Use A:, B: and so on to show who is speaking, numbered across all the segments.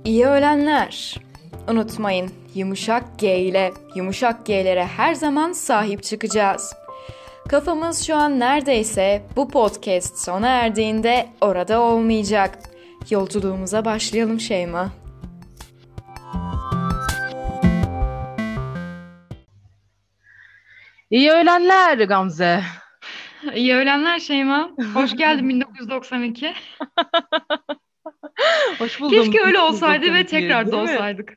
A: İyi öğlenler. Unutmayın, yumuşak G ile yumuşak G'lere her zaman sahip çıkacağız. Kafamız şu an neredeyse bu podcast sona erdiğinde orada olmayacak. Yolculuğumuza başlayalım Şeyma.
B: İyi öğlenler Gamze.
C: İyi öğlenler Şeyma. Hoş geldin 1992.
B: Hoş buldum
C: Keşke öyle olsaydı ve
B: 1992,
C: tekrar
B: değil mi?
C: doğsaydık.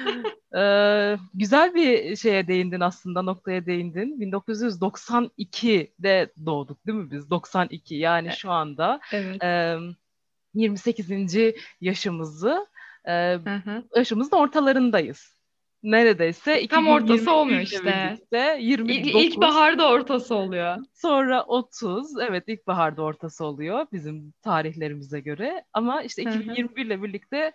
B: Güzel bir şeye değindin aslında, noktaya değindin. 1992'de doğduk değil mi biz? 92 yani şu anda
C: Evet.
B: e, 28. yaşımızı, e,
C: Hı hı.
B: yaşımızın ortalarındayız. Neredeyse
C: Tam ortası
B: 2021
C: olmuyor
B: ile
C: işte.
B: birlikte
C: İlk
B: 29.
C: da ortası oluyor.
B: Sonra 30, evet ilkbaharda ortası oluyor bizim tarihlerimize göre. Ama işte
C: Hı hı.
B: 2021 ile birlikte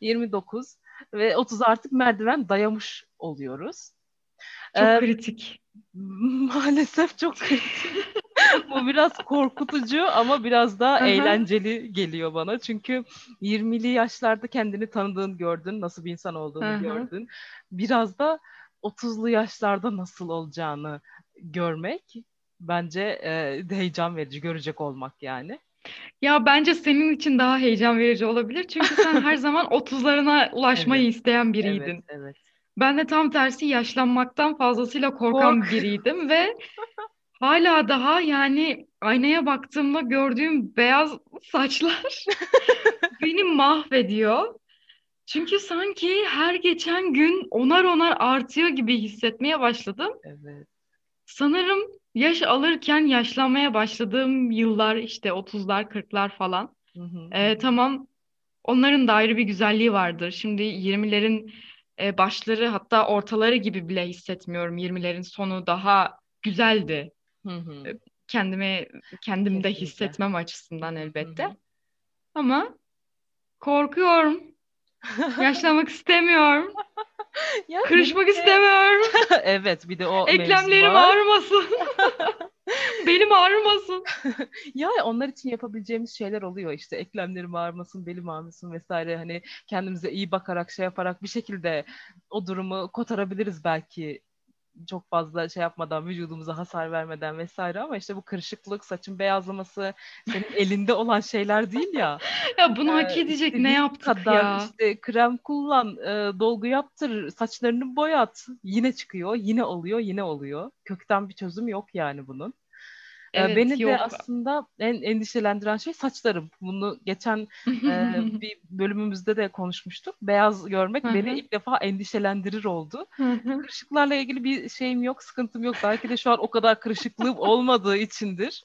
B: 29 ve 30 artık merdiven dayamış oluyoruz.
C: Çok
B: Ee,
C: kritik.
B: maalesef çok kritik. Bu biraz korkutucu ama biraz da
C: Hı hı.
B: eğlenceli geliyor bana. Çünkü 20'li yaşlarda kendini tanıdığını gördün, nasıl bir insan
C: Hı
B: olduğunu
C: hı.
B: gördün. Biraz da 30'lu yaşlarda nasıl olacağını görmek bence heyecan verici, görecek olmak yani.
C: Ya bence senin için daha heyecan verici olabilir. Çünkü sen her zaman 30'larına
B: Evet,
C: ulaşmayı isteyen
B: evet,
C: biriydin.
B: evet.
C: Ben de tam tersi yaşlanmaktan fazlasıyla korkan
B: Kork.
C: biriydim ve hala daha yani aynaya baktığımda gördüğüm beyaz saçlar beni mahvediyor. Çünkü sanki her geçen gün onar onar artıyor gibi hissetmeye başladım.
B: Evet.
C: Sanırım yaş alırken yaşlanmaya başladığım yıllar işte 30'lar 40'lar falan.
B: Hı hı, hı hı.
C: Tamam, onların da ayrı bir güzelliği vardır. Şimdi 20'lerin başları hatta ortaları gibi bile hissetmiyorum. 20'lerin sonu daha güzeldi.
B: Hı hı.
C: E, kendimde
B: Kesinlikle.
C: hissetmem
B: Hı
C: açısından
B: hı, hı
C: elbette.
B: hı.
C: Ama korkuyorum. Yaşlanmak istemiyorum.
B: Ya benim
C: Kırışmak
B: de
C: istemiyorum.
B: evet, bir de o mevzu
C: Eklemlerim
B: var.
C: ağrımasın. Belim ağrımasın.
B: Ya onlar için yapabileceğimiz şeyler oluyor işte, eklemlerim ağrımasın, belim ağrımasın vesaire, hani kendimize iyi bakarak şey yaparak bir şekilde o durumu kotarabiliriz belki, çok fazla şey yapmadan, vücudumuza hasar vermeden vesaire, ama işte bu kırışıklık, saçın beyazlaması senin elinde olan şeyler değil ya.
C: Ya bunu hak edecek ne
B: İstediğin
C: yaptık
B: kadar
C: ya?
B: işte krem kullan, dolgu yaptır, saçlarını boyat, yine çıkıyor, yine oluyor, yine oluyor. Kökten bir çözüm yok yani bunun.
C: Evet,
B: Beni de
C: yok.
B: aslında en endişelendiren şey saçlarım. Bunu geçen bir bölümümüzde de konuşmuştuk. Beyaz görmek
C: Hı
B: beni
C: hı,
B: ilk defa endişelendirir oldu.
C: hı hı,
B: Kırışıklarla ilgili bir şeyim yok, sıkıntım yok. Belki de şu an o kadar kırışıklığım olmadığı içindir.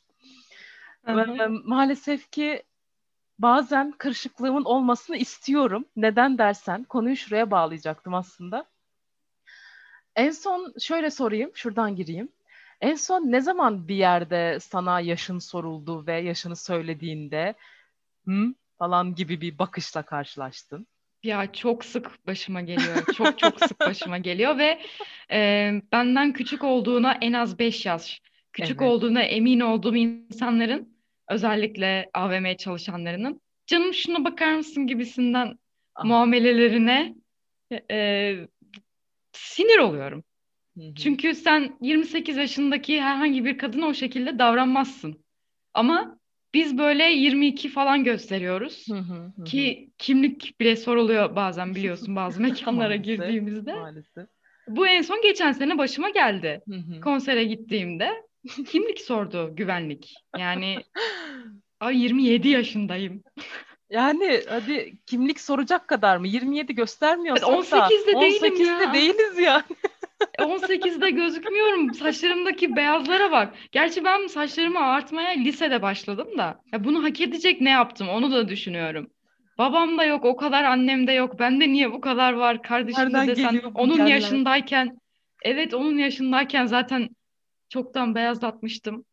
C: hı hı.
B: Maalesef ki bazen kırışıklığımın olmasını istiyorum. Neden dersen, konuyu şuraya bağlayacaktım aslında. En son şöyle sorayım, şuradan gireyim. En son ne zaman bir yerde sana yaşın soruldu ve yaşını söylediğinde hı falan gibi bir bakışla karşılaştın?
C: Ya çok sık başıma geliyor. Çok çok sık başıma geliyor ve benden küçük olduğuna en az 5 yaş, küçük
B: Evet.
C: olduğuna emin olduğum insanların, özellikle AVM çalışanlarının, canım şuna bakar mısın gibisinden
B: Ah.
C: muamelelerine e, sinir oluyorum.
B: Hı hı.
C: Çünkü sen 28 yaşındaki herhangi bir kadına o şekilde davranmazsın. Ama biz böyle 22 falan gösteriyoruz.
B: Hı hı hı hı.
C: Ki kimlik bile soruluyor bazen, biliyorsun, bazı mekanlara
B: Maalesef.
C: girdiğimizde.
B: Maalesef.
C: Bu en son geçen sene başıma geldi.
B: Hı hı.
C: Konsere gittiğimde kimlik sordu güvenlik. Yani ay 27 yaşındayım.
B: Yani hadi kimlik soracak kadar mı? 27
C: Evet,
B: göstermiyorsak da
C: 18'de değilim
B: 18'de
C: ya.
B: değiliz yani.
C: 18'de gözükmüyorum. Saçlarımdaki beyazlara bak. Gerçi ben saçlarımı ağartmaya lisede başladım da. Ya bunu hak edecek ne yaptım onu da düşünüyorum. Babam da yok o kadar, annem de yok. Bende niye bu kadar var? Kardeşimde
B: Nereden
C: desen
B: geliyor bu
C: onun
B: genler?
C: yaşındayken, evet onun yaşındayken zaten çoktan beyazlatmıştım.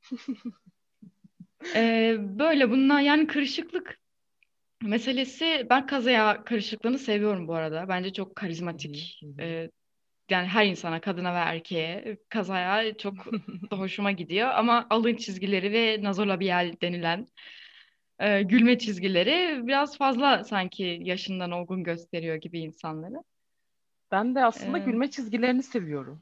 C: Böyle bunlar yani kırışıklık meselesi, ben kazaya karışıklığını seviyorum bu arada. Bence çok
B: Hı hı
C: karizmatik.
B: hı hı.
C: Yani her insana, kadına ve erkeğe, kazaya çok da hoşuma gidiyor. Ama alın çizgileri ve nazolabial denilen gülme çizgileri biraz fazla sanki yaşından olgun gösteriyor gibi insanları.
B: Ben de aslında
C: E,
B: gülme çizgilerini seviyorum.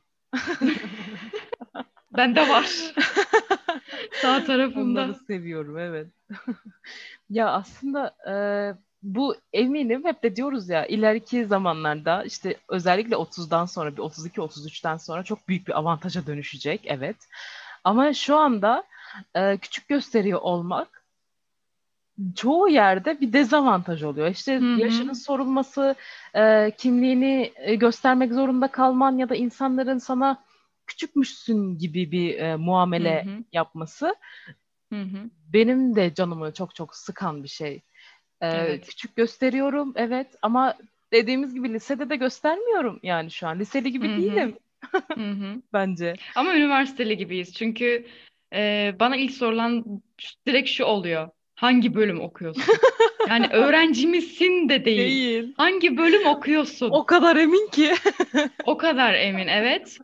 C: Bende var. Sağ
B: Onları
C: tarafımda.
B: seviyorum, evet. Ya aslında bu eminim hep de diyoruz ya, ileriki zamanlarda işte özellikle 30'dan sonra, bir 32-33'ten sonra çok büyük bir avantaja dönüşecek, evet. Ama şu anda küçük gösteriyor olmak çoğu yerde bir dezavantaj oluyor. İşte
C: Hı hı.
B: yaşının sorulması, kimliğini göstermek zorunda kalman ya da insanların sana küçükmüşsün gibi bir
C: Hı
B: muamele
C: hı.
B: yapması
C: Hı hı.
B: benim de canımı çok çok sıkan bir şey.
C: Evet.
B: Küçük gösteriyorum, evet, ama dediğimiz gibi lisede de göstermiyorum yani şu an. Liseli gibi
C: Hı hı.
B: değilim
C: Hı hı.
B: bence.
C: Ama üniversiteli gibiyiz. Çünkü bana ilk sorulan direkt şu oluyor. Hangi bölüm okuyorsun? Yani öğrenci misin de değil.
B: Değil.
C: Hangi bölüm okuyorsun?
B: O kadar emin ki.
C: O kadar emin, evet.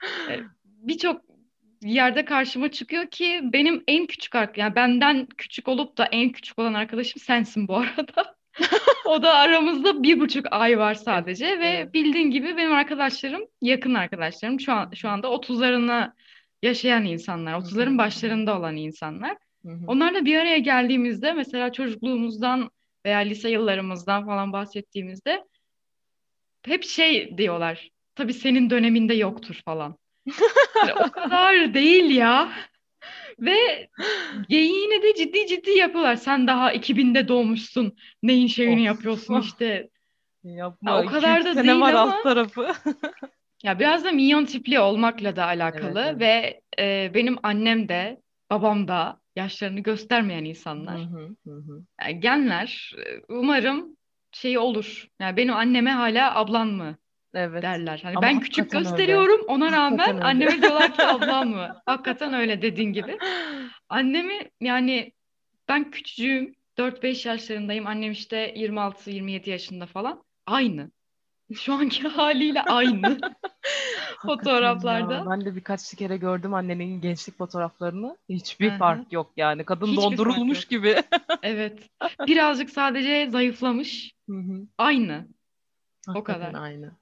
C: Birçok yerde karşıma çıkıyor ki benim en küçük yani benden küçük olup da en küçük olan arkadaşım sensin bu arada. O da aramızda 1,5 ay var
B: Evet,
C: sadece
B: evet.
C: ve bildiğin gibi benim arkadaşlarım, yakın arkadaşlarım şu anda 30'larına yaşayan insanlar,
B: Hı hı,
C: 30'ların başlarında olan insanlar.
B: hı hı.
C: Onlarla bir araya geldiğimizde mesela çocukluğumuzdan veya lise yıllarımızdan falan bahsettiğimizde hep şey diyorlar. Tabii senin döneminde yoktur falan. Hani o kadar değil ya. Ve geyiğini de ciddi ciddi yapıyorlar. Sen daha 2000'de doğmuşsun. Neyin şeyini yapıyorsun
B: Of.
C: işte. Ha,
B: Yapma.
C: o
B: 200
C: kadar da
B: sene var
C: değil ama
B: alt tarafı.
C: ya biraz da minyon tipli olmakla da
B: Evet,
C: alakalı
B: evet.
C: ve benim annem de babam da yaşlarını göstermeyen
B: Hı
C: insanlar.
B: hı, hı hı.
C: Yani genler umarım şey olur. Yani benim anneme hala ablan mı
B: Evet.
C: derler. Hani
B: Ama
C: ben küçük
B: hakikaten öyle.
C: gösteriyorum ona rağmen
B: Hakikaten öyle.
C: anneme diyorlar ki ablam mı? Hakikaten öyle dediğin gibi. Annemi yani ben küçüğüm 4-5 yaşlarındayım. Annem işte 26-27 yaşında falan. Aynı. Şu anki haliyle aynı
B: Hakikaten ya.
C: fotoğraflarda.
B: Ben de birkaç kere gördüm annenin gençlik fotoğraflarını.
C: Hı
B: Hiçbir
C: hı.
B: fark yok yani. Kadın
C: Hiçbir fark
B: dondurulmuş
C: yok.
B: gibi.
C: Evet. Birazcık sadece zayıflamış.
B: Hı hı.
C: Aynı. O
B: Hakikaten
C: kadar.
B: aynı.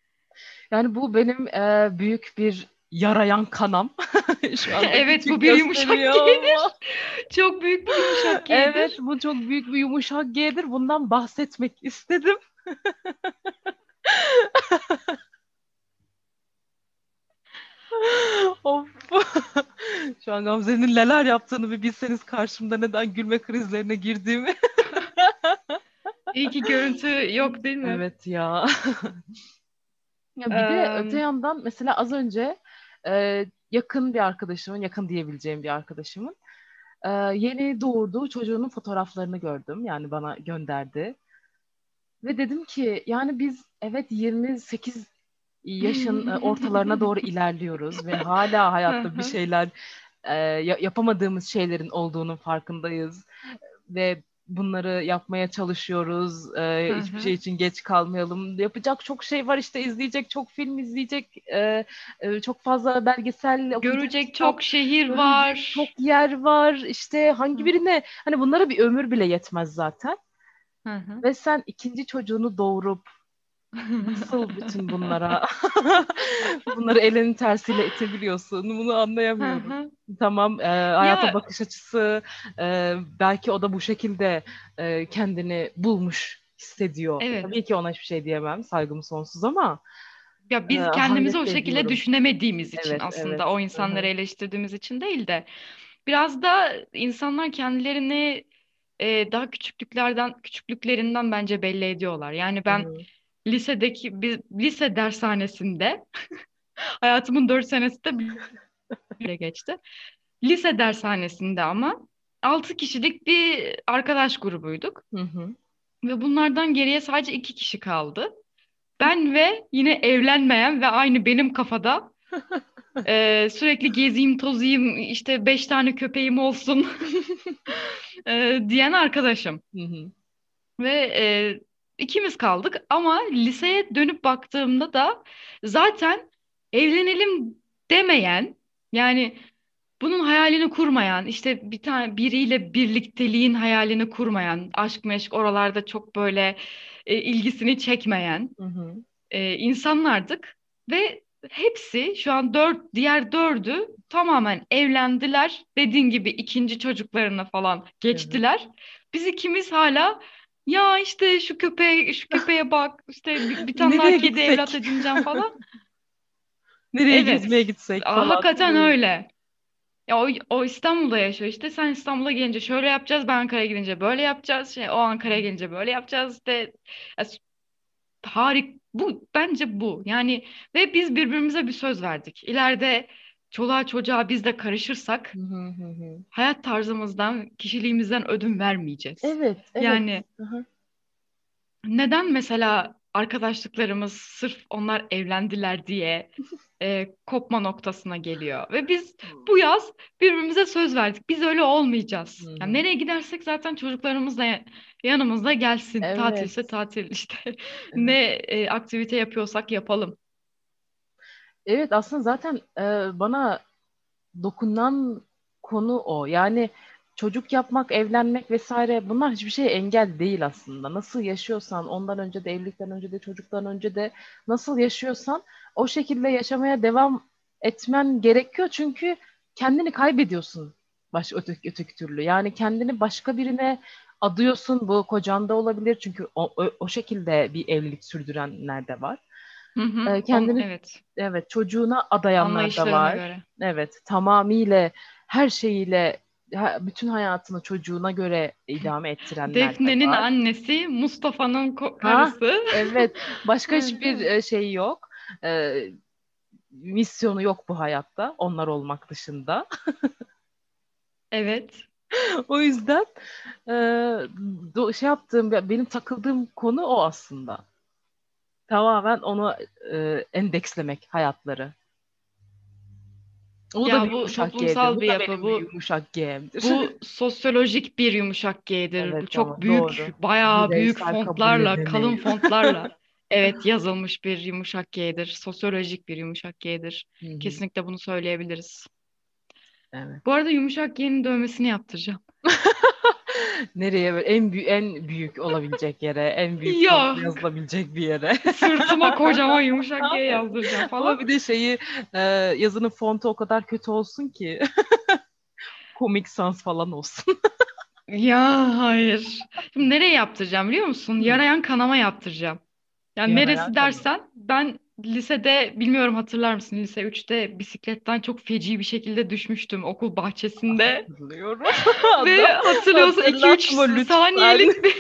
B: Yani bu benim büyük bir yarayan kanam. Şu anda
C: Evet, bu
B: küçük
C: bir yumuşak
B: gösteriyor
C: G'dir.
B: olma.
C: Çok büyük bir yumuşak
B: Evet,
C: G'dir.
B: bu çok büyük bir yumuşak G'dir. Bundan bahsetmek istedim. Of. Şu an Gamze'nin neler yaptığını bir bilseniz, karşımda neden gülme krizlerine girdiğimi.
C: İyi ki görüntü yok değil mi?
B: Evet ya. Ya bir de öte
C: Eee,
B: yandan mesela az önce yakın bir arkadaşımın, yakın diyebileceğim bir arkadaşımın yeni doğurduğu çocuğunun fotoğraflarını gördüm. Yani bana gönderdi. Ve dedim ki yani biz evet 28 yaşın ortalarına doğru ilerliyoruz ve hala
C: Hı
B: hayatta bir
C: hı.
B: şeyler yapamadığımız şeylerin olduğunun farkındayız ve bunları yapmaya çalışıyoruz.
C: Hı
B: Hiçbir şey
C: hı.
B: için geç kalmayalım. Yapacak çok şey var, işte izleyecek çok film izleyecek, çok fazla belgesel, okuyacak
C: Görecek
B: kitap,
C: çok şehir
B: görecek çok
C: var.
B: yer var. İşte hangi
C: Hı
B: birine, hani bunlara bir ömür bile yetmez zaten.
C: hı. Hı.
B: Ve sen ikinci çocuğunu doğurup nasıl bütün bunlara bunları elinin tersiyle itebiliyorsun? Bunu
C: Hı
B: anlayamıyorum.
C: hı.
B: Tamam, hayata
C: Ya
B: bakış açısı, belki o da bu şekilde kendini bulmuş hissediyor.
C: evet.
B: Tabii ki ona hiçbir şey diyemem. Saygım sonsuz ama
C: Ya biz kendimizi o
B: hayret
C: şekilde
B: ediyorum.
C: düşünemediğimiz için
B: Evet, evet.
C: aslında o
B: Hı
C: insanları
B: hı.
C: eleştirdiğimiz için değil de biraz da insanlar kendilerini daha küçüklüklerinden bence belli ediyorlar. Yani
B: Hı
C: ben
B: hı.
C: bir lise dershanesinde hayatımın 4 senesi de bile geçti. Lise dershanesinde ama 6 kişilik bir arkadaş grubuyduk
B: Hı hı.
C: ve bunlardan geriye sadece 2 kişi kaldı. Ben ve yine evlenmeyen ve aynı benim kafada sürekli gezeyim, tozayım, işte 5 tane köpeğim olsun diyen arkadaşım.
B: Hı hı.
C: Ve ikimiz kaldık ama liseye dönüp baktığımda da zaten evlenelim demeyen yani bunun hayalini kurmayan, işte bir tane biriyle birlikteliğin hayalini kurmayan, aşk meşk oralarda çok böyle ilgisini çekmeyen
B: Hı hı.
C: insanlardık ve hepsi şu an diğer dördü tamamen evlendiler. Dediğin gibi ikinci çocuklarına falan
B: Evet.
C: geçtiler. Biz ikimiz hala ya işte şu köpeğe bak işte bir tane daha
B: Nereye
C: kedi evlat
B: gitsek?
C: edineceğim falan.
B: Nereye gezmeye
C: Evet.
B: gitsek falan değil
C: Hakikaten
B: mi?
C: öyle. Ya o İstanbul'da yaşıyor işte. Sen İstanbul'a gelince şöyle yapacağız, ben Ankara'ya gidince böyle yapacağız. O Ankara'ya gelince böyle yapacağız işte. Ya, bu bence bu. Yani ve biz birbirimize bir söz verdik. İleride çoluğa çocuğa biz de karışırsak
B: Hı hı hı hı.
C: hayat tarzımızdan, kişiliğimizden ödün vermeyeceğiz.
B: Evet, evet.
C: Yani
B: Hı hı.
C: neden mesela arkadaşlıklarımız sırf onlar evlendiler diye kopma noktasına geliyor? Ve biz bu yaz birbirimize söz verdik. Biz öyle
B: Hı
C: olmayacağız. Yani
B: hı.
C: nereye gidersek zaten çocuklarımız da yanımızda gelsin. Tatilse
B: Evet.
C: tatil işte.
B: Evet.
C: Ne aktivite yapıyorsak yapalım.
B: Evet, aslında zaten bana dokunan konu o. Yani çocuk yapmak, evlenmek vesaire bunlar hiçbir şeye engel değil aslında. Nasıl yaşıyorsan, ondan önce de evlilikten önce de çocuktan önce de nasıl yaşıyorsan o şekilde yaşamaya devam etmen gerekiyor. Çünkü kendini kaybediyorsun öteki türlü. Yani kendini başka birine adıyorsun. Bu kocan da olabilir. Çünkü o şekilde bir evlilik sürdürenler de var.
C: Hı hı.
B: Kendini,
C: Evet.
B: evet, çocuğuna adayanlar da
C: Anlayışlarına
B: var.
C: göre.
B: Evet, tamamıyla her şeyiyle bütün hayatını çocuğuna göre idame ettirenler de
C: Defne'nin
B: var.
C: annesi, Mustafa'nın
B: Ha,
C: karısı.
B: evet, başka
C: Evet,
B: hiçbir
C: evet.
B: şey yok. E, Misyonu yok bu hayatta onlar olmak dışında.
C: Evet.
B: O yüzden e, şey yaptığım, benim takıldığım konu o aslında. Tamamen onu endekslemek hayatları. O da bir
C: Ya bu
B: yumuşak G'dir.
C: toplumsal
B: Bu
C: bir
B: da
C: yapı.
B: benim bir
C: Bu
B: yumuşak G'mdir.
C: bu sosyolojik bir yumuşak G'dir. Bu
B: Evet
C: çok
B: ama
C: büyük,
B: doğru.
C: bayağı büyük
B: Bireysel
C: fontlarla, kalın
B: kabullenemeyiz.
C: fontlarla evet yazılmış bir yumuşak G'dir. Sosyolojik bir yumuşak G'dir.
B: Hı hı.
C: Kesinlikle bunu söyleyebiliriz.
B: Evet.
C: Bu arada yumuşak G'nin dövmesini yaptıracağım.
B: Nereye böyle en büyük olabilecek yere, en büyük fontla
C: Yok.
B: yazılabilecek bir yere.
C: Sırtıma kocaman yumuşak G yazdıracağım
B: Ama
C: falan.
B: bir de e, yazının fontu o kadar kötü olsun ki Comic Sans falan olsun.
C: Ya hayır. Şimdi nereye yaptıracağım biliyor musun?
B: Hı.
C: Yarayan kanama yaptıracağım. Yani
B: Yarayan
C: neresi
B: kanı.
C: dersen ben lisede bilmiyorum hatırlar mısın? Lise 3'te bisikletten çok feci bir şekilde düşmüştüm okul bahçesinde.
B: Hatırlıyorum.
C: Ve hatırlıyorsan 2-3
B: Hatırlatma lütfen.
C: saniyelik bir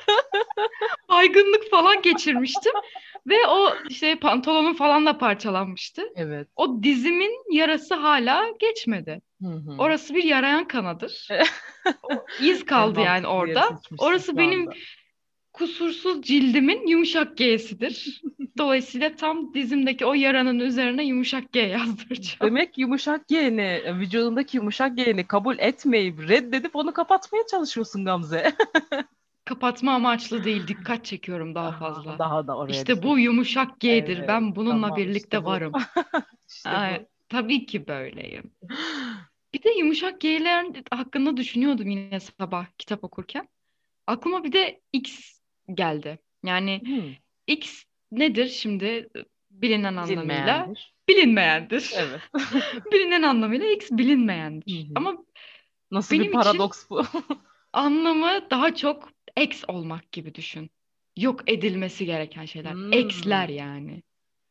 C: baygınlık falan geçirmiştim. Ve o işte pantolonum falan da parçalanmıştı.
B: Evet.
C: O dizimin yarası hala geçmedi.
B: Hı hı.
C: Orası bir yarayan kanadır. O iz
B: En
C: kaldı yani
B: mantıklı yeri
C: orada.
B: seçmişsin
C: Orası
B: şu
C: benim
B: anda.
C: kusursuz cildimin yumuşak G'sidir. Dolayısıyla tam dizimdeki o yaranın üzerine yumuşak G yazdıracağım.
B: Demek yumuşak G'ni, vücudundaki yumuşak G'ni kabul etmeyip reddedip onu kapatmaya çalışıyorsun Gamze.
C: Kapatma amaçlı değil, dikkat çekiyorum daha
B: Aha,
C: fazla.
B: daha da oraya
C: İşte bu
B: düşmek.
C: yumuşak G'dir.
B: Evet,
C: Ben bununla
B: tamam işte
C: birlikte
B: bu.
C: varım.
B: İşte bu.
C: Tabii ki böyleyim. Bir de yumuşak G'ler hakkında düşünüyordum yine sabah kitap okurken. Aklıma bir de X geldi. Yani
B: Hmm,
C: X nedir şimdi bilinen anlamıyla?
B: bilinmeyendir.
C: Bilinmeyendir.
B: Evet.
C: Bilinen anlamıyla X
B: Hı
C: bilinmeyendir.
B: hı.
C: Ama
B: Nasıl bir
C: benim için
B: paradoks bu?
C: anlamı daha çok X olmak gibi düşün. Yok edilmesi gereken şeyler. X'ler
B: Hmm.
C: yani.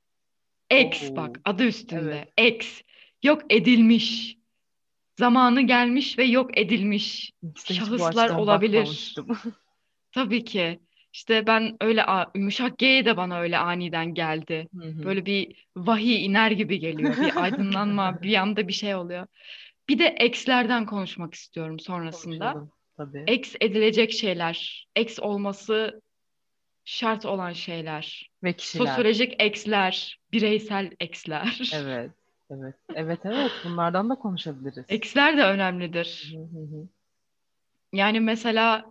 C: X bak
B: Oo.
C: adı
B: Evet.
C: üstünde. X. Yok edilmiş. Zamanı gelmiş ve yok edilmiş
B: İşte hiç bu
C: şahıslar
B: açıdan
C: olabilir.
B: bakmamıştım.
C: Tabii ki. İşte ben öyle yumuşak G de bana öyle aniden geldi.
B: Hı hı.
C: Böyle bir vahiy iner gibi geliyor. Bir aydınlanma, bir anda bir şey oluyor. Bir de X'lerden konuşmak istiyorum sonrasında.
B: Konuşalım tabii.
C: X edilecek şeyler, X olması şart olan şeyler,
B: Ve kişiler.
C: sosyolojik X'ler, bireysel X'ler.
B: Evet. Evet. Evet, evet. Bunlardan da konuşabiliriz.
C: X'ler de
B: Hı
C: önemlidir.
B: hı hı.
C: Yani mesela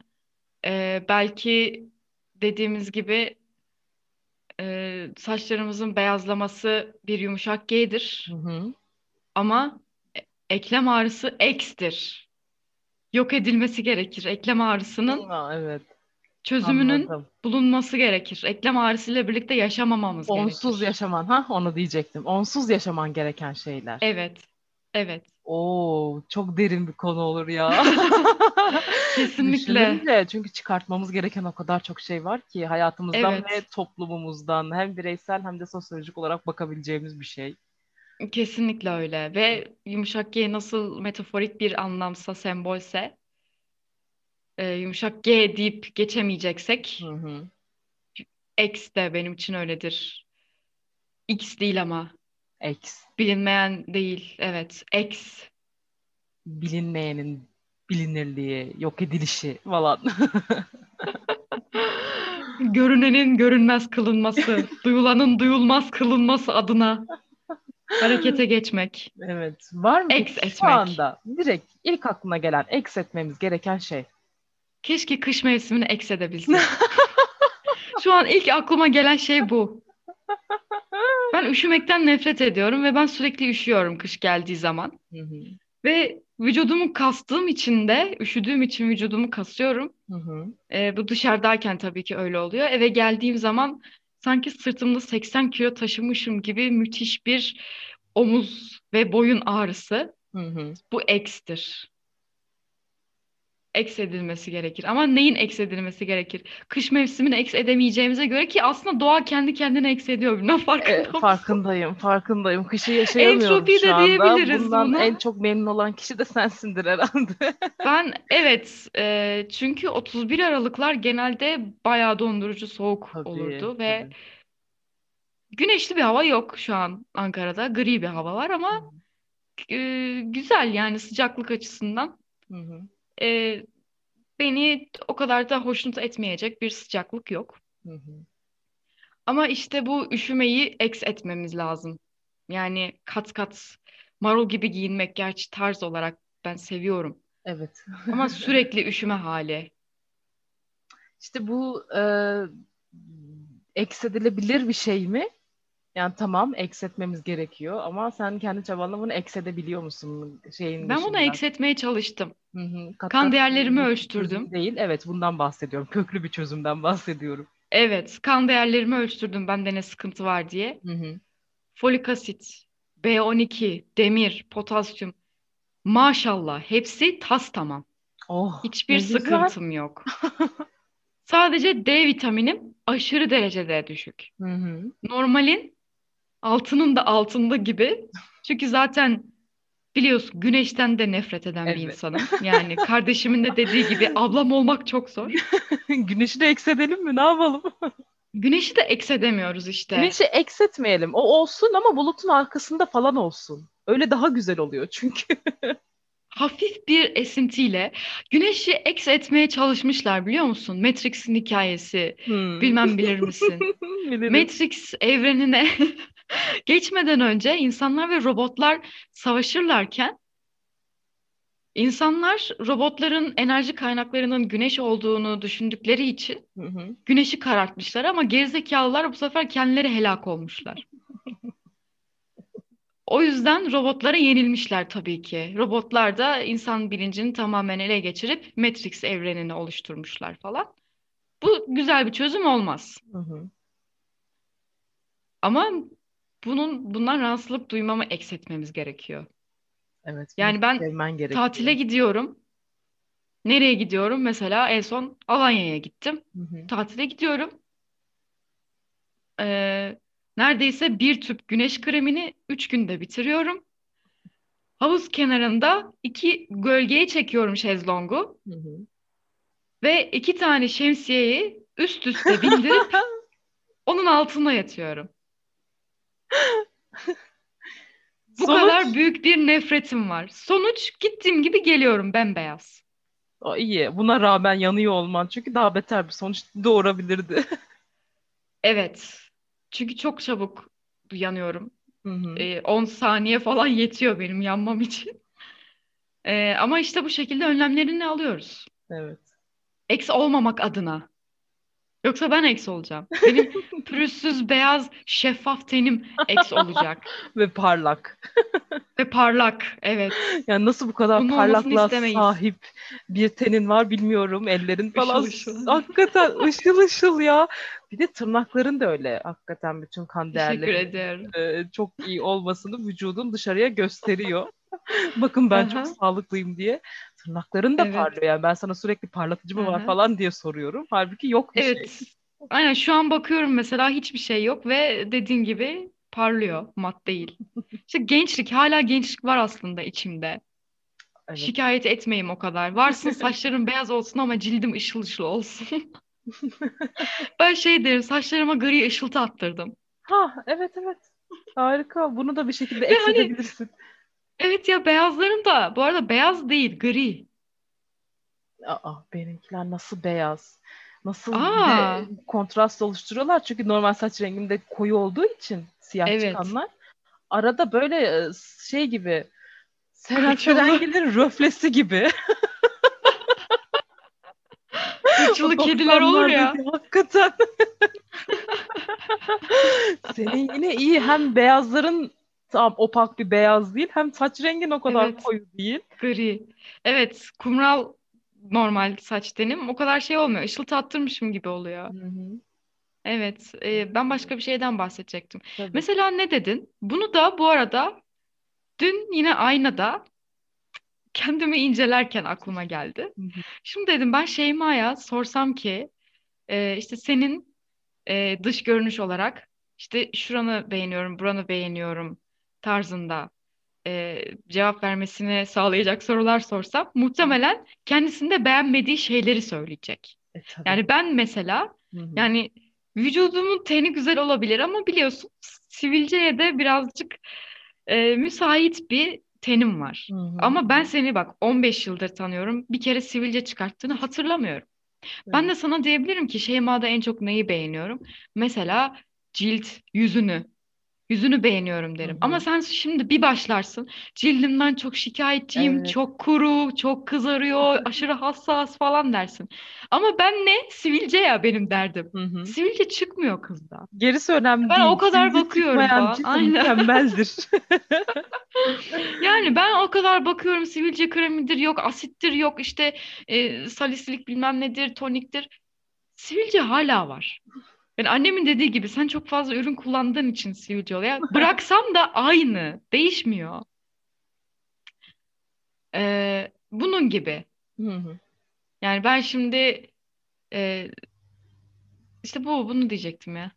C: belki dediğimiz gibi saçlarımızın beyazlaması bir yumuşak
B: Hı
C: G'dir.
B: hı.
C: Ama eklem ağrısı X'tir. Yok edilmesi gerekir. Eklem ağrısının
B: Aa, evet,
C: çözümünün
B: anladım.
C: bulunması gerekir. Eklem ağrısıyla birlikte yaşamamamız
B: Onsuz
C: gerekir.
B: yaşaman, ha onu diyecektim. Onsuz yaşaman gereken şeyler.
C: Evet. Evet.
B: Oo, çok derin bir konu olur ya.
C: Kesinlikle.
B: Düşününce çünkü çıkartmamız gereken o kadar çok şey var ki hayatımızdan ve
C: Evet.
B: toplumumuzdan hem bireysel hem de sosyolojik olarak bakabileceğimiz bir şey.
C: Kesinlikle öyle. Ve yumuşak G nasıl metaforik bir anlamsa, sembolse, yumuşak G deyip
B: Hı
C: geçemeyeceksek,
B: hı.
C: X de benim için öyledir. X değil ama.
B: X.
C: Bilinmeyen değil. Evet. X.
B: Bilinmeyenin bilinirliği, yok edilişi falan.
C: Görünenin görünmez kılınması, duyulanın duyulmaz kılınması adına harekete geçmek.
B: Evet. Var mı peki
C: X
B: şu
C: etmek.
B: anda direkt ilk aklına gelen X etmemiz gereken şey?
C: Keşke kış mevsimini X edebilsek. Şu an ilk aklıma gelen şey bu. Ben üşümekten nefret ediyorum ve ben sürekli üşüyorum kış geldiği zaman.
B: Hı hı.
C: Ve vücudumu kastığım için de, üşüdüğüm için vücudumu kasıyorum.
B: Hı hı.
C: Bu dışarıdayken tabii ki öyle oluyor. Eve geldiğim zaman sanki sırtımda 80 kilo taşımışım gibi müthiş bir omuz ve boyun ağrısı.
B: Hı hı.
C: Bu ekstir. Eks edilmesi gerekir. Ama neyin eks edilmesi gerekir? Kış mevsimini eks edemeyeceğimize göre ki aslında doğa kendi kendine eks ediyor. Bilmem farkında mısın?
B: Farkındayım, farkındayım. Kışı yaşayamıyoruz
C: Entropi
B: şu
C: de
B: anda.
C: diyebiliriz
B: Bundan en
C: buna.
B: çok memnun olan kişi de sensindir herhalde.
C: Ben evet, çünkü 31 Aralıklar genelde bayağı dondurucu soğuk
B: Tabii,
C: olurdu ve
B: tabii.
C: güneşli bir hava yok şu an Ankara'da. Gri bir hava var
B: Hı
C: ama güzel yani sıcaklık açısından.
B: hı.
C: E, Beni o kadar da hoşnut etmeyecek bir sıcaklık yok.
B: Hı hı.
C: Ama işte bu üşümeyi eks etmemiz lazım. Yani kat kat marul gibi giyinmek gerçi tarz olarak ben seviyorum.
B: Evet.
C: Ama sürekli üşüme hali.
B: İşte bu eksedilebilir bir şey mi? Yani tamam eksetmemiz gerekiyor ama sen kendi çabanla bunu eksedebiliyor musun şeyin
C: Ben bunu
B: dışında?
C: eks etmeye çalıştım.
B: Hı hı. Kat
C: Kan
B: kat
C: değerlerimi
B: giyinmek bir çözüm
C: ölçtürdüm.
B: değil. Evet, bundan bahsediyorum. Köklü bir çözümden bahsediyorum.
C: Evet, kan değerlerimi ölçtürdüm bende ne sıkıntı var diye.
B: Hı hı.
C: Folik asit, B12, demir, potasyum. Maşallah hepsi tas tamam.
B: Oh,
C: Hiçbir
B: ne güzel.
C: sıkıntım yok. Sadece D vitaminim aşırı derecede düşük.
B: Hı hı.
C: Normalin altının da altında gibi. Çünkü zaten biliyorsun güneşten de nefret eden bir
B: Evet.
C: insanım. Yani kardeşimin de dediği gibi ablam olmak çok zor.
B: Güneşi de eksedelim mi? Ne yapalım?
C: Güneşi de eksedemiyoruz işte.
B: Güneşi eksetmeyelim. O olsun ama bulutun arkasında falan olsun. Öyle daha güzel oluyor çünkü.
C: Hafif bir esintiyle güneşi eks etmeye çalışmışlar biliyor musun? Matrix'in hikayesi.
B: Hmm.
C: Bilmem bilir misin?
B: Bilirim.
C: Matrix evrenine geçmeden önce insanlar ve robotlar savaşırlarken insanlar robotların enerji kaynaklarının güneş olduğunu düşündükleri için
B: Hı hı.
C: güneşi karartmışlar ama gerizekalılar bu sefer kendileri helak olmuşlar. O yüzden robotlara yenilmişler tabii ki. Robotlar da insan bilincini tamamen ele geçirip Matrix evrenini oluşturmuşlar falan. Bu güzel bir çözüm olmaz.
B: Hı hı.
C: Ama bundan rahatsızlık duymamı eksiltmemiz gerekiyor.
B: Evet,
C: Yani
B: güneşi
C: ben
B: sevmen
C: tatile
B: gerekiyor.
C: gidiyorum. Nereye gidiyorum? Mesela en son Alanya'ya gittim.
B: Hı hı.
C: Tatile gidiyorum. Neredeyse bir tüp güneş kremini 3 günde bitiriyorum. Havuz kenarında 2 gölgeye çekiyorum şezlongu.
B: Hı hı.
C: Ve 2 tane şemsiyeyi üst üste bindirip onun altına yatıyorum. Bu kadar
B: Sonuç?
C: büyük bir nefretim var. Sonuç gittiğim gibi geliyorum bembeyaz.
B: O iyi. Buna rağmen yanıyor olman çünkü daha beter bir sonuç doğurabilirdi.
C: Evet. Çünkü çok çabuk yanıyorum.
B: Hı hı.
C: 10 saniye falan yetiyor benim yanmam için. Ama işte bu şekilde önlemlerini alıyoruz.
B: Evet.
C: Eksi olmamak adına. Yoksa ben ex olacağım. Benim pürüzsüz, beyaz, şeffaf tenim ex olacak.
B: Ve parlak.
C: Ve parlak. Evet.
B: Yani nasıl bu kadar
C: Bunun olmasını
B: parlaklığa
C: istemeyiz.
B: sahip bir tenin var bilmiyorum. Ellerin falan
C: Işıl ışıl.
B: hakikaten ışıl ışıl ya. Bir de tırnakların da öyle. Hakikaten bütün kan
C: Teşekkür
B: değerlerin
C: ederim.
B: çok iyi olmasını vücudun dışarıya gösteriyor. Bakın ben çok
C: Aha,
B: sağlıklıyım diye. Tırnakların da
C: evet.
B: parlıyor. Yani ben sana sürekli parlatıcı mı var
C: Aha.
B: falan diye soruyorum. Halbuki yok bir şey.
C: Evet. Aynen şu an bakıyorum mesela hiçbir şey yok ve dediğin gibi parlıyor, mat değil. İşte gençlik, hala gençlik var aslında içimde.
B: Evet.
C: Şikayet etmeyeyim o kadar. Varsın saçlarım beyaz olsun ama cildim ışıl ışıl olsun. Ben şey derim, saçlarıma gri ışıltı attırdım.
B: Ha, evet evet. Harika. Bunu da bir şekilde
C: Ve hani
B: eksedebilirsin.
C: evet ya beyazlarım da bu arada beyaz değil, gri.
B: Aa, benimkiler nasıl beyaz. Nasıl bir de
C: Aa,
B: kontrast oluşturuyorlar. Çünkü normal saç rengimde koyu olduğu için siyah
C: evet.
B: çıkanlar. Arada böyle şey gibi Seren
C: Kırçıllı,
B: Serengil'in röflesi gibi. O
C: kırçıllı kediler olur ya.
B: 90'lardaki hakikaten. Senin yine iyi, hem beyazların tam opak bir beyaz değil, hem saç rengin o kadar
C: Evet,
B: koyu değil.
C: gri. Evet, kumral normal saç tenim. O kadar şey olmuyor. Işıltı attırmışım gibi oluyor.
B: Hı hı.
C: Evet, ben başka bir şeyden bahsedecektim.
B: Tabii.
C: Mesela ne dedin? Bunu da bu arada dün yine aynada kendimi incelerken aklıma geldi.
B: Hı hı.
C: Şimdi dedim ben Şeyma'ya sorsam ki işte senin dış görünüş olarak işte şuranı beğeniyorum, buranı beğeniyorum tarzında cevap vermesini sağlayacak sorular sorsam muhtemelen kendisinde beğenmediği şeyleri söyleyecek.
B: Tabii.
C: Yani ben mesela
B: Hı hı.
C: yani vücudumun teni güzel olabilir ama biliyorsun sivilceye de birazcık müsait bir tenim var.
B: Hı hı.
C: Ama ben seni bak 15 yıldır tanıyorum. Bir kere sivilce çıkarttığını hatırlamıyorum. Ben
B: Evet.
C: de sana diyebilirim ki Şeyma'da en çok neyi beğeniyorum? Mesela cilt, yüzünü. Yüzünü beğeniyorum
B: Hı
C: derim. Ama
B: hı.
C: sen şimdi bir başlarsın. Cildimden çok şikayetçiyim,
B: Evet.
C: çok kuru, çok kızarıyor, aşırı hassas falan dersin. Ama ben ne? Sivilce ya benim derdim.
B: Hı hı.
C: Sivilce çıkmıyor kızda.
B: Gerisi önemli
C: Ben o
B: değil.
C: kadar
B: Sivilce
C: bakıyorum
B: çıkmayan
C: falan.
B: cilt
C: Aynen.
B: mükemmeldir.
C: Yani ben o kadar bakıyorum sivilce kremidir, yok asittir, yok işte salisylik bilmem nedir, toniktir. Sivilce hala var. Yani annemin dediği gibi sen çok fazla ürün kullandığın için sivilce oluyor. Bıraksam da aynı, değişmiyor. Bunun gibi.
B: Hı hı.
C: Yani ben şimdi e, işte bunu diyecektim ya.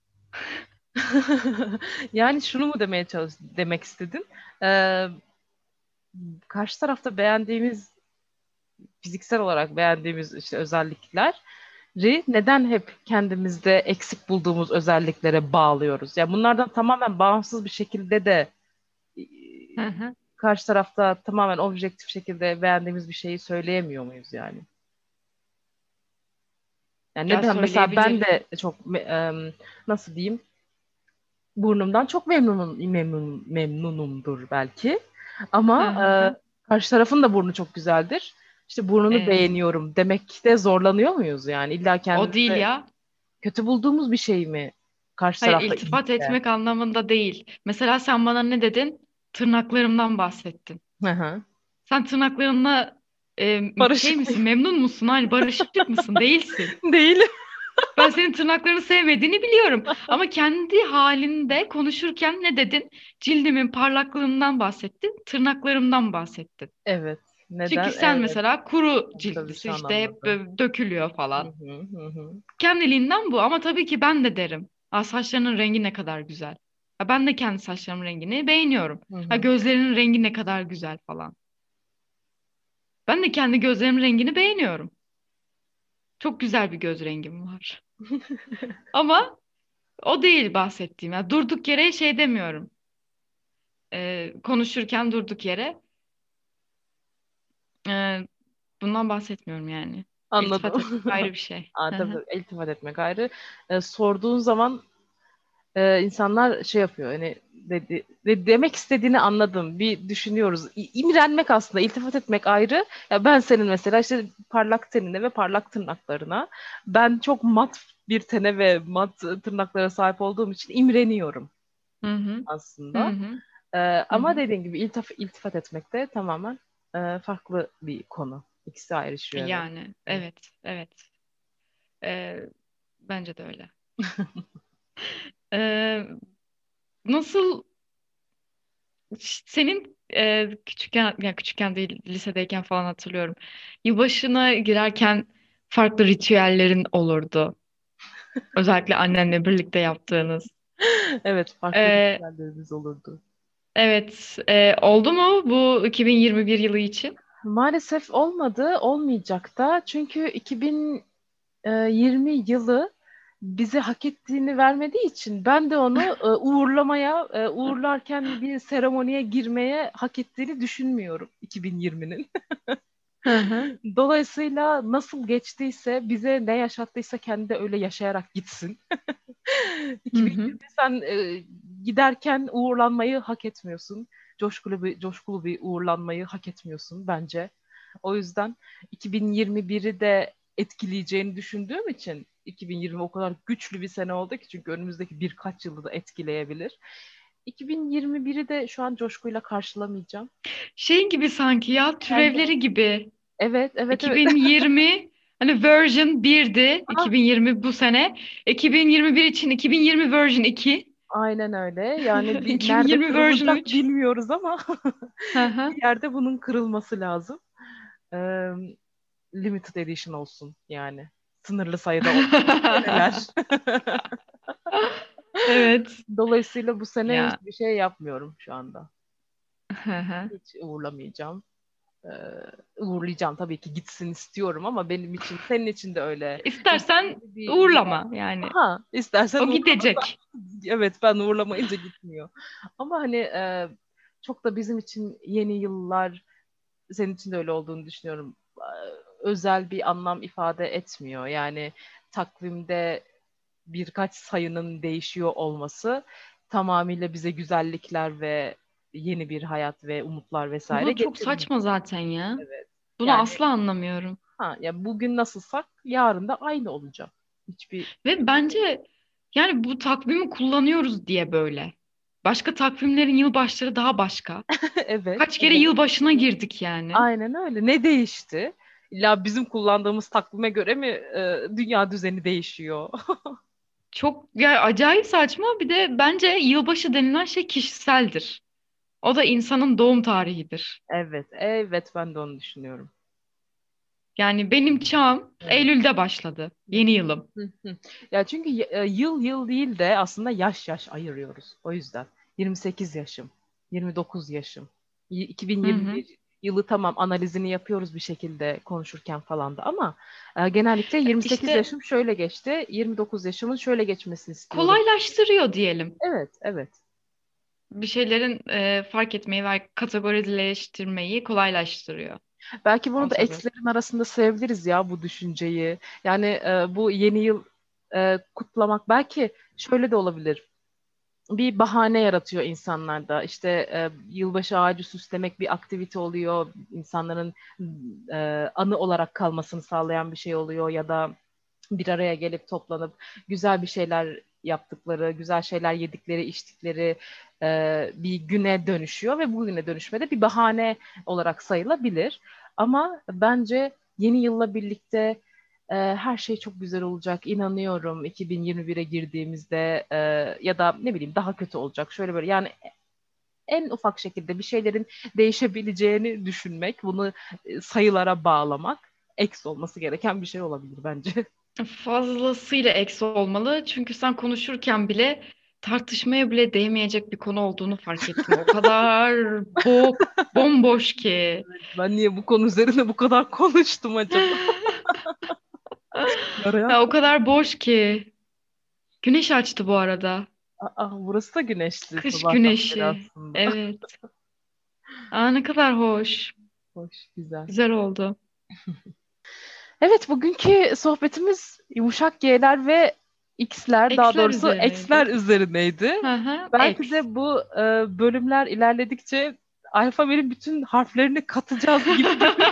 B: Yani şunu mu demek istedin? Ee, Karşı tarafta beğendiğimiz, fiziksel olarak beğendiğimiz işte özellikleri neden hep kendimizde eksik bulduğumuz özelliklere bağlıyoruz? Yani bunlardan tamamen bağımsız bir şekilde de e,
C: Hı hı.
B: karşı tarafta tamamen objektif şekilde beğendiğimiz bir şeyi söyleyemiyor muyuz yani? Yani
C: Ya
B: neden mesela ben
C: söyleyebilirim.
B: de çok nasıl diyeyim, burnumdan çok memnunumdur belki.
C: Hı
B: Ama
C: hı hı.
B: karşı tarafın da burnu çok güzeldir. İşte burnunu
C: Evet.
B: beğeniyorum demekte zorlanıyor muyuz yani? İlla
C: O değil
B: kendimizde
C: ya.
B: kötü bulduğumuz bir şey mi karşı
C: Hayır,
B: tarafta
C: iltifat
B: iyiyse?
C: etmek anlamında değil. Mesela sen bana ne dedin? Tırnaklarımdan bahsettin.
B: Hı hı.
C: Sen tırnaklarınla şey
B: Barışık mıyım?
C: misin? Memnun musun? Hani barışık mısın? Değilsin.
B: Değilim.
C: Ben senin tırnaklarını sevmediğini biliyorum. Ama kendi halinde konuşurken ne dedin? Cildimin parlaklığından bahsettin, tırnaklarımdan bahsettin.
B: Evet.
C: Çünkü
B: Neden?
C: sen
B: Evet.
C: mesela kuru
B: Tabii
C: ciltlisin,
B: şu an
C: işte hep
B: anladım.
C: böyle dökülüyor
B: Hı
C: falan.
B: hı hı hı.
C: Kendiliğinden bu ama tabii ki ben de derim. Aa, saçlarının rengi ne kadar güzel. Ha, ben de kendi saçlarımın rengini beğeniyorum.
B: Hı
C: Ha,
B: hı.
C: gözlerinin rengi ne kadar güzel falan. Ben de kendi gözlerimin rengini beğeniyorum. Çok güzel bir göz rengim var. Ama o değil bahsettiğim. Ya durduk yere şey demiyorum. Konuşurken durduk yere e, bundan bahsetmiyorum yani. İltifat
B: Anladım.
C: etmek ayrı bir şey.
B: Aa,
C: Hı
B: tabii
C: hı.
B: iltifat etmek ayrı. Sorduğun zaman insanlar şey yapıyor hani, dedi. Ve demek istediğini anladım. Bir düşünüyoruz. İmrenmek aslında, iltifat etmek ayrı. Ya ben senin mesela işte parlak tenine ve parlak tırnaklarına, ben çok mat bir tene ve mat tırnaklara sahip olduğum için imreniyorum
C: Hı hı. Hı
B: aslında.
C: hı. Hı
B: Ama
C: hı.
B: dediğin gibi iltifat etmek de tamamen farklı bir konu. İkisi ayrışıyor, evet.
C: Yani
B: Evet.
C: evet, evet. Ee, Bence de öyle. Ee, Nasıl senin küçükken, ya küçükken değil, lisedeyken falan hatırlıyorum. Yılbaşına girerken farklı ritüellerin olurdu. Özellikle annenle birlikte yaptığınız.
B: Evet, farklı
C: Ee,
B: ritüellerimiz olurdu.
C: evet, oldu mu bu 2021 yılı için?
B: Maalesef olmadı, olmayacak da. Çünkü 2020 yılı bize hak ettiğini vermediği için ben de onu uğurlamaya, uğurlarken bir seremoniye girmeye hak ettiğini düşünmüyorum 2020'nin.
C: Hı hı.
B: Dolayısıyla nasıl geçtiyse, bize ne yaşattıysa kendi de öyle yaşayarak gitsin.
C: Hı hı.
B: 2020 sen giderken uğurlanmayı hak etmiyorsun. Coşkulu bir uğurlanmayı hak etmiyorsun bence. O yüzden 2021'i de etkileyeceğini düşündüğüm için 2020 o kadar güçlü bir sene oldu ki, çünkü önümüzdeki birkaç yılı da etkileyebilir. 2021'i de şu an coşkuyla karşılamayacağım.
C: Şey gibi sanki ya,
B: Kendi
C: türevleri gibi.
B: Evet, evet, evet.
C: 2020 hani version 1'di.
B: Ah,
C: 2020 bu sene. 2021 için 2020 version 2.
B: aynen öyle. Yani nerede
C: 2020 version
B: kırılacak
C: 3.
B: bilmiyoruz ama
C: Hı hı.
B: bir yerde bunun kırılması lazım. Ee, Limited edition olsun yani. Sınırlı sayıda olsun seneler.
C: Evet.
B: Dolayısıyla bu sene
C: Ya.
B: hiçbir şey yapmıyorum şu anda.
C: Hı hı.
B: Hiç uğurlamayacağım. Ee, Uğurlayacağım tabii ki, gitsin istiyorum ama benim için, senin için de öyle.
C: İstersen
B: Bir
C: uğurlama yani.
B: Aha, istersen
C: O
B: uğurlama.
C: gidecek.
B: Evet, ben uğurlamayınca gitmiyor. Ama hani çok da bizim için yeni yıllar, senin için de öyle olduğunu düşünüyorum. Özel bir anlam ifade etmiyor. Yani takvimde birkaç sayının değişiyor olması tamamıyla bize güzellikler ve yeni bir hayat ve umutlar vesaire
C: Bu çok
B: getirmiyor.
C: saçma zaten ya.
B: Evet.
C: Bunu
B: Yani
C: asla anlamıyorum.
B: ya bugün nasılsak yarın da aynı olacak. Hiçbir
C: Ve bence yani bu takvimi kullanıyoruz diye böyle. Başka takvimlerin yılbaşları daha başka.
B: evet,
C: Kaç kere
B: evet.
C: yılbaşına girdik yani.
B: Aynen öyle. Ne değişti? İlla bizim kullandığımız takvime göre mi dünya düzeni değişiyor?
C: Çok ya, acayip saçma. Bir de bence yılbaşı denilen şey kişiseldir. O da insanın doğum tarihidir.
B: Evet, evet, ben de onu düşünüyorum.
C: Yani benim çağım
B: Evet.
C: Eylül'de başladı. Yeni yılım.
B: Hı hı. Ya çünkü yıl yıl değil de aslında yaş yaş ayırıyoruz. O yüzden 28 yaşım, 29 yaşım,
C: Hı hı.
B: 2021 yılı tamam, analizini yapıyoruz bir şekilde konuşurken falan da, ama genellikle 28
C: İşte
B: yaşım şöyle geçti, 29 yaşımın şöyle geçmesini istiyorum.
C: kolaylaştırıyor diyelim.
B: Evet, evet.
C: Bir şeylerin fark etmeyi ve kategorileştirmeyi kolaylaştırıyor.
B: Belki bunu
C: O
B: da
C: sebep.
B: eksilerin arasında sayabiliriz ya, bu düşünceyi. Yani bu yeni yıl kutlamak belki şöyle de olabilir. Bir bahane yaratıyor insanlarda. İşte yılbaşı ağacı süslemek bir aktivite oluyor. İnsanların anı olarak kalmasını sağlayan bir şey oluyor, ya da bir araya gelip toplanıp güzel bir şeyler yaptıkları, güzel şeyler yedikleri, içtikleri bir güne dönüşüyor ve bu güne dönüşmede bir bahane olarak sayılabilir. Ama bence yeni yılla birlikte her şey çok güzel olacak. İnanıyorum 2021'e girdiğimizde ya da ne bileyim daha kötü olacak. Şöyle böyle yani, en ufak şekilde bir şeylerin değişebileceğini düşünmek, bunu sayılara bağlamak eksi olması gereken bir şey olabilir bence.
C: Fazlasıyla eksi olmalı. Çünkü sen konuşurken bile tartışmaya bile değmeyecek bir konu olduğunu fark ettim. O kadar bomboş ki.
B: Ben niye bu konu üzerine bu kadar konuştum acaba? Yarayan.
C: Ya, o kadar boş ki. Güneş açtı bu arada.
B: Burası da güneşli
C: Kış
B: sabahtan beri
C: güneşi.
B: aslında.
C: Evet. Aa, ne kadar hoş.
B: Hoş, güzel.
C: Güzel oldu.
B: Evet, bugünkü sohbetimiz yumuşak G'ler ve X'ler, daha
C: X'ler
B: doğrusu
C: üzerineydi.
B: X'ler üzerineydi.
C: Hı hı,
B: Belki
C: X.
B: de bu bölümler ilerledikçe alfabenin bütün harflerini katacağız gibi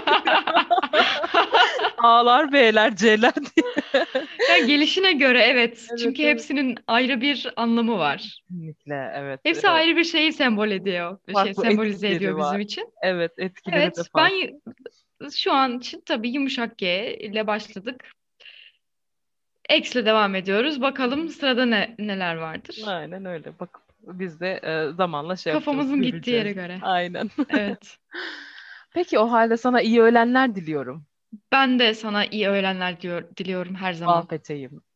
B: A'lar, B'ler, C'ler diye.
C: Ya gelişine göre evet.
B: Evet,
C: Çünkü
B: evet.
C: hepsinin ayrı bir anlamı var.
B: Kesinlikle evet.
C: Hepsi ayrı bir şeyi sembol ediyor.
B: Farklı
C: Sembolize
B: etkileri
C: ediyor bizim
B: var.
C: için.
B: Evet, etkileri de
C: Evet, ben
B: farklı.
C: şu an için tabii yumuşak G ile başladık. X'le devam ediyoruz. Bakalım sırada neler vardır.
B: Aynen öyle. Bakıp biz de zamanla şey yapacağız,
C: Kafamızın gittiği
B: göreceğiz.
C: yere göre.
B: Aynen.
C: Evet.
B: Peki o halde sana iyi öğlenler diliyorum.
C: Ben de sana iyi öğlenler diliyorum her
B: Bal
C: zaman.
B: peteğim.